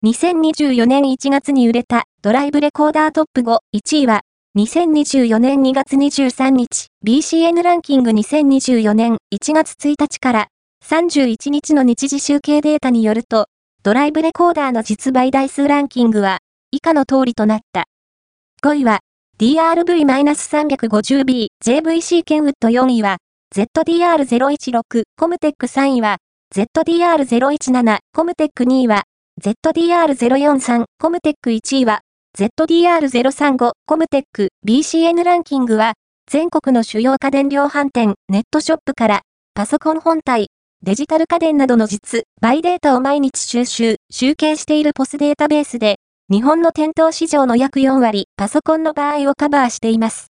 2024年1月に売れたドライブレコーダートップ5、1位は、2024年2月23日、BCN ランキング2024年1月1日から31日の日時集計データによると、ドライブレコーダーの実売台数ランキングは、以下の通りとなった。5位は、DRV-350B、JVC ケンウッド4位は、ZDR016、コムテック3位は、ZDR017、コムテック2位は、ZDR043、コムテック1位は、ZDR035、コムテック、BCN ランキングは、全国の主要家電量販店、ネットショップから、パソコン本体、デジタル家電などの実売データを毎日集計しているポスデータベースで、日本の店頭市場の約4割、パソコンの場合をカバーしています。